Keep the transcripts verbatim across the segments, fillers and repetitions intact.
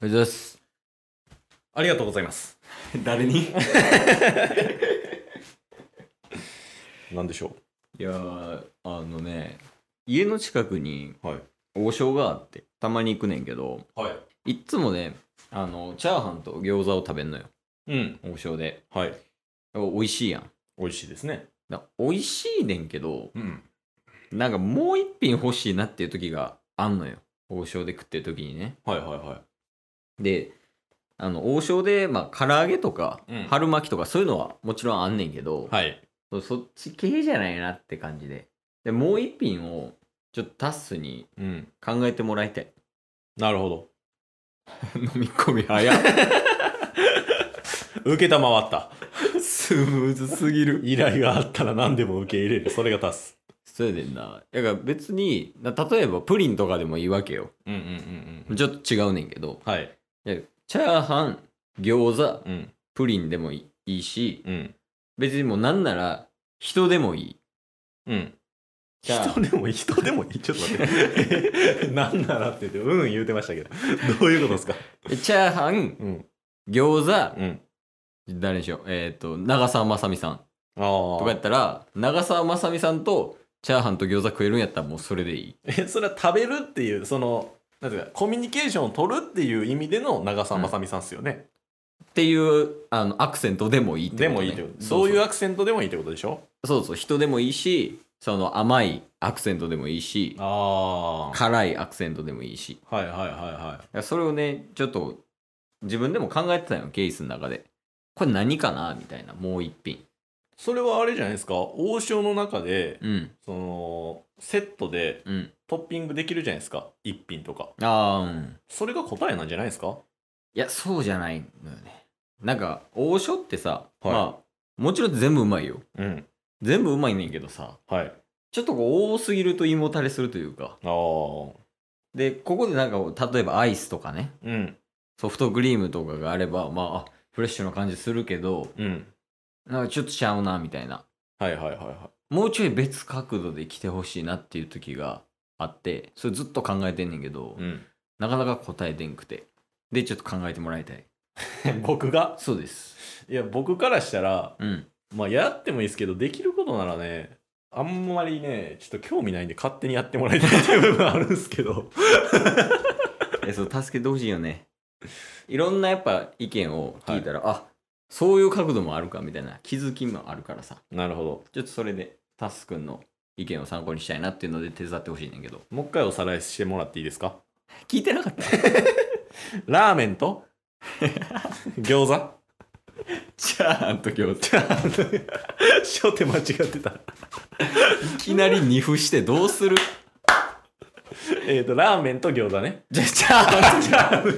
おはようございます。 ありがとうございます。 誰になんでしょいやー、あのね、家の近くにう。はい。 王将があって、たまに行くねんけど、 はい。 いっつもね、あの、チャーハンと餃子を食べんのよ。 うん。 王将で。 はい。 お美味しいやん。 美味しいですね。 だ美味しいねんけど、 うん。 なんかもう一品欲しいなっていう時があんのよ。王将で食ってる時にね。 はいはいはで、あの、王将で、まあ、唐揚げとか、 うん春巻きとかそういうのはもちろんあんねんけど、 い。はい。 そそっち系じゃないなって感じで。で、もう一品を、ちょっとタッスにうん。 考えてもらいたい。 なるほど。 飲み込み早っ。 受けたまわった。 スムーズすぎる。 依頼があったら何でも受け入れる。それがタス。 そうやでんな。だから別に、な例えばプリンとかでもいいわけよ。 うんうんうんうん。 ちょっと違うねんけど。 はい。 いやチャーハン、餃子、 うん。 プリンでもいいし、 うん。 別にもうなんなら人でもいい。 うん。 じゃあ人でもいい人でもいいちょっと待って。なんならって言って、うん言うてましたけど。どういうことですか？ でチャーハン、 うん。 餃子、 うん。 誰にしよう。えっ、と、長澤まさみさんああ。 とかやったら、長澤まさみさんとチャーハンと餃子食えるんやったらもうそれでいい。 え、それは食べるっていう、その、なんていうか、コミュニケーションを取るっていう意味での長澤まさみさんっすよね。 っていうあのアクセントでもいいってこと、ね、 でもいいってこと。 そうそういうアクセントでもいいってことでしょ？ そうそう、人でもいいし、その甘いアクセントでもいいし、 ああ。 辛いアクセントでもいいし。 はいはいはいはい。 いやそれをね、ちょっと自分でも考えてたよ、ケースの中で。これ何かなみたいな、もう一品。 それはあれじゃないですか、王将の中で、 うん。 その、セットでうん。 トッピングできるじゃないですか。一品とか。 ああ、うん。 それが答えなんじゃないですか？ いや、そうじゃないのよね。なんか、王将ってさ、 はいまあ、もちろん全部うまいよ。 うん。 全部うまいねんけどさ、 はい。 ちょっとこう多すぎると胃もたれするというか。 ああ。 で、ここでなんか、例えばアイスとかね、 うん。 ソフトクリームとかがあれば、まあ、あフレッシュな感じするけど、 うん。 なんかちょっとちゃうな、みたいな。 はいはいはいはもうちょい別角度で来てほしいなっていう時があって、それずっと考えてんねんけど、 い。うん。 なかなか答えてんくて。で、ちょっと考えてもらいたい。 僕がそうです。 いや、僕からしたら、 うん。 まあ、やってもいいですけど、できることならね、あんまりね、ちょっと興味ないんで勝手にやってもらいたいっていう部分あるんですけど。 え、そう、助けてほしいよね。いろんなやっぱ意見を聞いたら、はい、あ、そういう角度もあるかみたいな気づきもあるからさ。 なるほど。 ちょっとそれで、タスくんの意見を参考にしたいなっていうので手伝ってほしいねんけど。 もう一回おさらいしてもらっていいですか？ 聞いてなかったラーメンと餃子チャーハンと餃子。 初手間違ってた。 いきなり二歩してどうする？ えっと、ラーメンと餃子ね。 じゃ、チャーハンとチャーハン。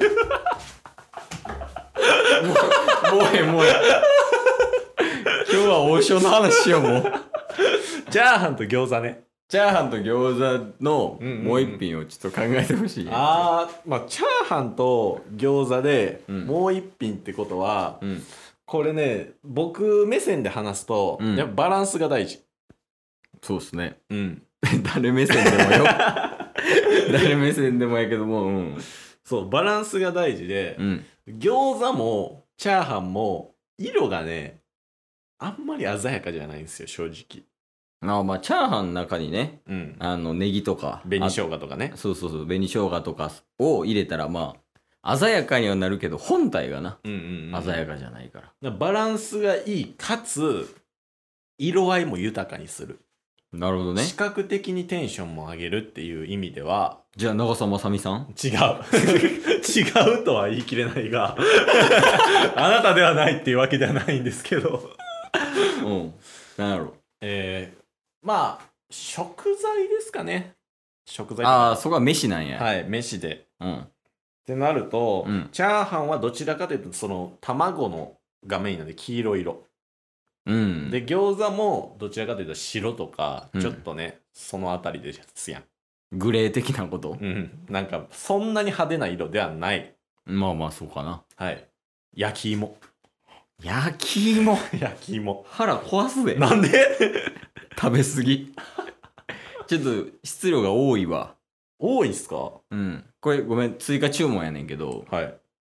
もう、もうええ、もうええ。今日は王将の話しよう、もう。 チャーハンと餃子ね。 チャーハンと餃子のうんうんうんもう一品をちょっと考えてほしい。 あー、まあ、チャーハンと餃子でうんもう一品ってことは、 うん。 これね、僕目線で話すと、 うんやっぱバランスが大事。 そうっすね。 うん。 誰目線でもよ。誰目線でもやけども、うん。 そう、バランスが大事で、 うん。 餃子もチャーハンも色がね、あんまり鮮やかじゃないんですよ、正直。 あまあ、チャーハンの中にね、 うん。 あの、ネギとか。 紅生姜とかね。 そうそうそう、紅生姜とかを入れたら、まあ、鮮やかにはなるけど、本体がな、 うんうんうん。 鮮やかじゃないから。 だからバランスがいい、かつ、色合いも豊かにする。 なるほどね。 視覚的にテンションも上げるっていう意味では、 じゃあ、長澤まさみさん違う。違うとは言い切れないが、あなたではないっていうわけではないんですけど。 うん。なんやろ。 えー、まあ、食材ですかね。食材。 ああ、そこは飯なんや。 はい、飯で。 うん。 ってなると、 うんチャーハンはどちらかというと、その、卵のがメインなんで黄色色。 うん。 で、餃子もどちらかというと白とか、 うんちょっとね、そのあたりですやん。 グレー的なことうん。なんか、そんなに派手な色ではない。 まあまあ、そうかな。 はい。焼き芋。 焼き芋。 焼き芋。 腹壊すで。 なんで食べ過ぎ。ちょっと質量が多いわ。 多いっすか？ うん。これごめん、追加注文やねんけど、 はい。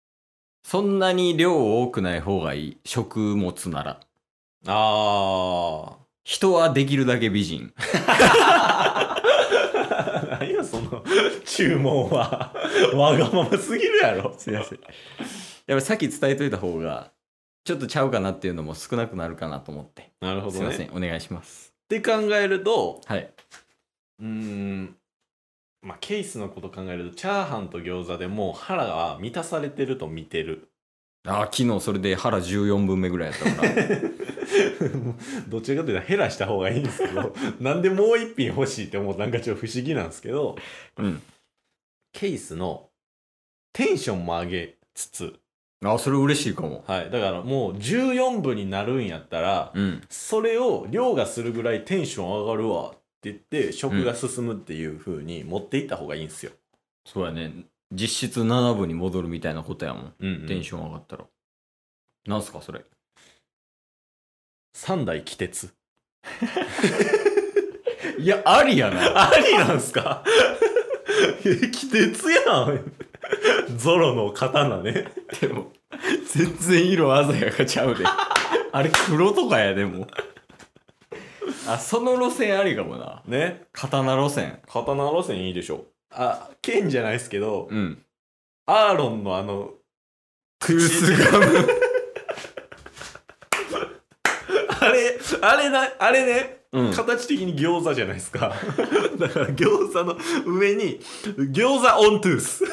そんなに量多くない方がいい。食物なら。 あ人はできるだけ美人。 あ。何やその注文は。わがまますぎるやろ。 すいません。やっぱさっき伝えといた方が、ちょっとちゃうかなっていうのも少なくなるかなと思って。 なるほどね。 すいません。お願いします。 って考えると、 はい。 うーん、まあケースのこと考えると、チャーハンと餃子でもう腹が満たされてると見てる。 ああ、昨日それで腹じゅうよんぶんめぐらいやったから。 どちらかというと減らした方がいいんですけど、なんでもう一品欲しいって思うとなんかちょっと不思議なんですけど、 うん。 ケースのテンションも上げつつ、 ああ、それ嬉しいかも。 はい。だからもうじゅうよんぶになるんやったら、 うん。 それを量がするぐらいテンション上がるわって言って食が進むっていう風に持っていった方がいいんですよ。 そうやね。実質ななぶに戻るみたいなことやもん。 うん、うん。 テンション上がったら。なんすかそれ。 三代鬼鉄。 いや、ありやな。 ありなんすか？鬼鉄やん。ゾロの刀ね。 でも、全然色鮮やかちゃうで。あれ黒とかやでも。あ、その路線ありかもな。 ね。 刀路線。 刀路線いいでしょ。あ、剣じゃないですけど、 うん。 アーロンのあの、 トゥースガム。 あれ、あれな、あれね、 うん、 形的に餃子じゃないですか。だから餃子の上に、餃子オントゥース。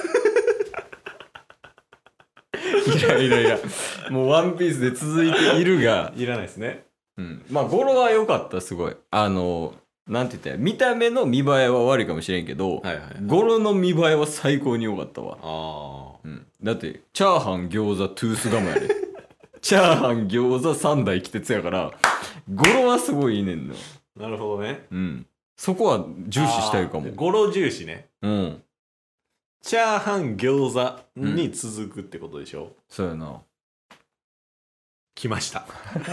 いやいやいや、もうワンピースで続いているが、 いらないですね。 うん。まあ、語呂は良かった、すごい。あの、なんて言ったら、見た目の見栄えは悪いかもしれんけど、 はいはいはい、 語呂の見栄えは最高に良かったわ。 ああ。 うん。だって、チャーハン、餃子、トゥースガムやで。チャーハン、餃子、三代鬼鉄やから、語呂はすごいいいねんの。 なるほどね。 うん。そこは重視したいかも。 語呂重視ね。 うん。 チャーハン、餃子に続くってことでしょ、うん、 そうやな。 来ました。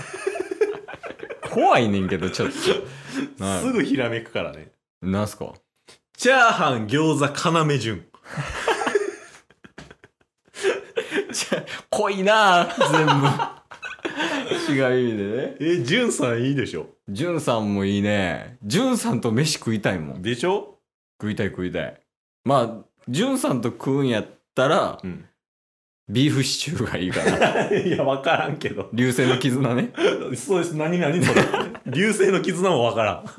怖いねんけど、ちょっと。 すぐひらめくからね。 なんすか？ チャーハン、餃子、要潤。 濃いなぁ、全部。違う意味でね。 え、潤さんいいでしょ？ 潤さんもいいね。潤さんと飯食いたいもん。 でしょ？ 食いたい食いたい。まあ、潤さんと食うんやったら、うん、ビーフシチューがいいかな。 いや、わからんけど。 流星の絆ね。 そうです。何何それ。流星の絆もわからん。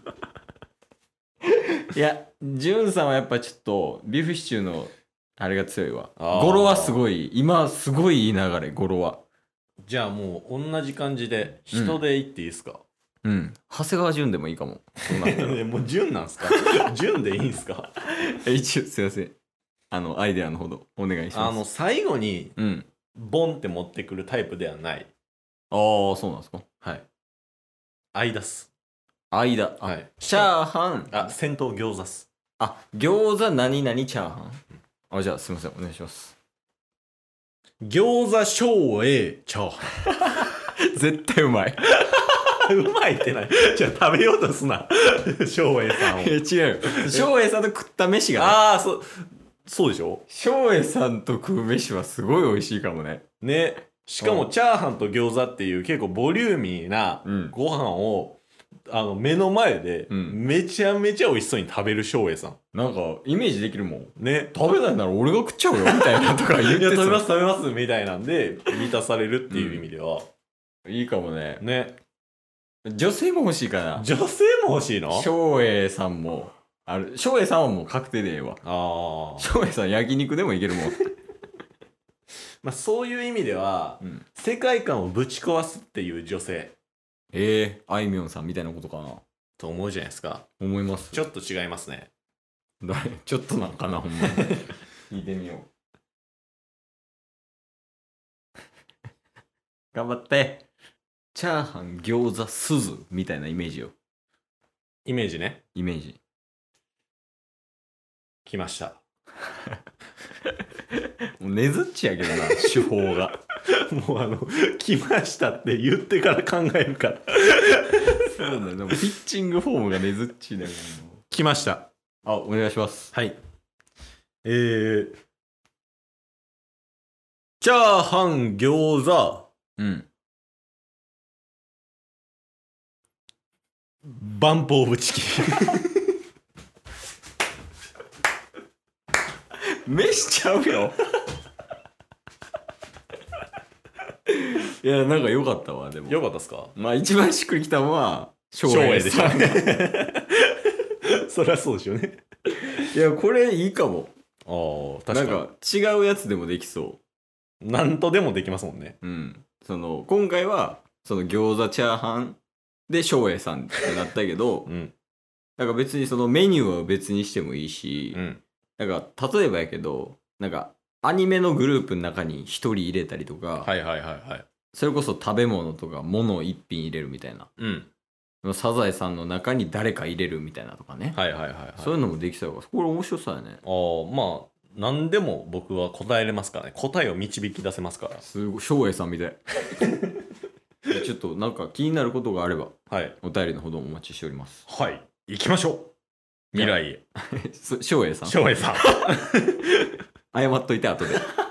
いや、潤さんはやっぱちょっと、ビーフシチューの、あれが強いわ。語呂はすごい、今すごいいい流れ、語呂は。 じゃあもう同じ感じで、人で言っていいですか？ うん。うん、長谷川潤でもいいかも。そうなったらもう潤なんすか？潤でいいんすか？ 一応、すいません。あの、アイデアのほどお願いします。 あの、最後に、 うん。 ボンって持ってくるタイプではない。 ああ、そうなんですか？ はい。間っす。 間。 はい。 チャーハン。 あ、先頭餃子っす。 あ、餃子何々チャーハン。あ、じゃあすみません、お願いします。 餃子小栄チャーハン。絶対うまい。 うまいってない。じゃあ食べようとすな。小栄さんを。 え、違う。小栄さんと食った飯が、ね。 ああ、そう、そうでしょ？ 小栄さんと食う飯はすごい美味しいかもね。 ね。しかもチャーハンと餃子っていう結構ボリューミーなご飯を、うん、あの目の前でめちゃめちゃ美味しそうに食べる照英さん。 なんかイメージできるもん。 ね。 食べないなら俺が食っちゃうよみたいなとか言っていや食べます食べますみたいなんで満たされるっていう意味では、 うん、いいかもね。 ね。 女性も欲しいかな。 女性も欲しいの？ 照英さんもある。照英さんはもう確定でええわ。ああ。照英さん焼肉でもいけるもん。 まあそういう意味では、うん、世界観をぶち壊すっていう女性。 ええー、あいみょんさんみたいなことかなと思うじゃないですか。 思います。 ちょっと違いますね。 誰？ちょっとなんかなほんまに。聞いてみよう。頑張って。チャーハン、餃子、すずみたいなイメージよ。 イメージね。 イメージ。 来ました。 もうねずっちやけどな、手法が。 もうあの、来ましたって言ってから考えるから。 そうだね。でもピッチングフォームがねずっちだよね。 来ました。 あ、お願いします。 はい。えー、チチャーハン、餃子、 うんバンプオブチキン。 飯ちゃうよ。いやなんか良かったわ。でもよかったっすか。 まあ一番しっくりきたのは照英でしょね。そりゃそうでしょうね。 いやこれいいかも。 ああ確かに。 なんか違うやつでもできそう。 なんとでもできますもんね。 うん。その今回はその餃子チャーハンで照英さんってなったけど、 うん。 なんか別にそのメニューは別にしてもいいし、 うん。 なんか例えばやけどなんかアニメのグループの中に一人入れたりとか、 はいはいはいはい。 それこそ食べ物とか物を一品入れるみたいな。 うん。 サザエさんの中に誰か入れるみたいなとかね。 はいはいはいはい。 そういうのもできそうだから、これ面白そうやね。 ああ、まあ、何でも僕は答えれますからね。答えを導き出せますから。 すごい、照英さんみたい。ちょっとなんか気になることがあれば、 はい。 お便りのほどお待ちしております。 はい。行きましょう。未来へ。 照英さん。 照英さん。 謝っといて後で。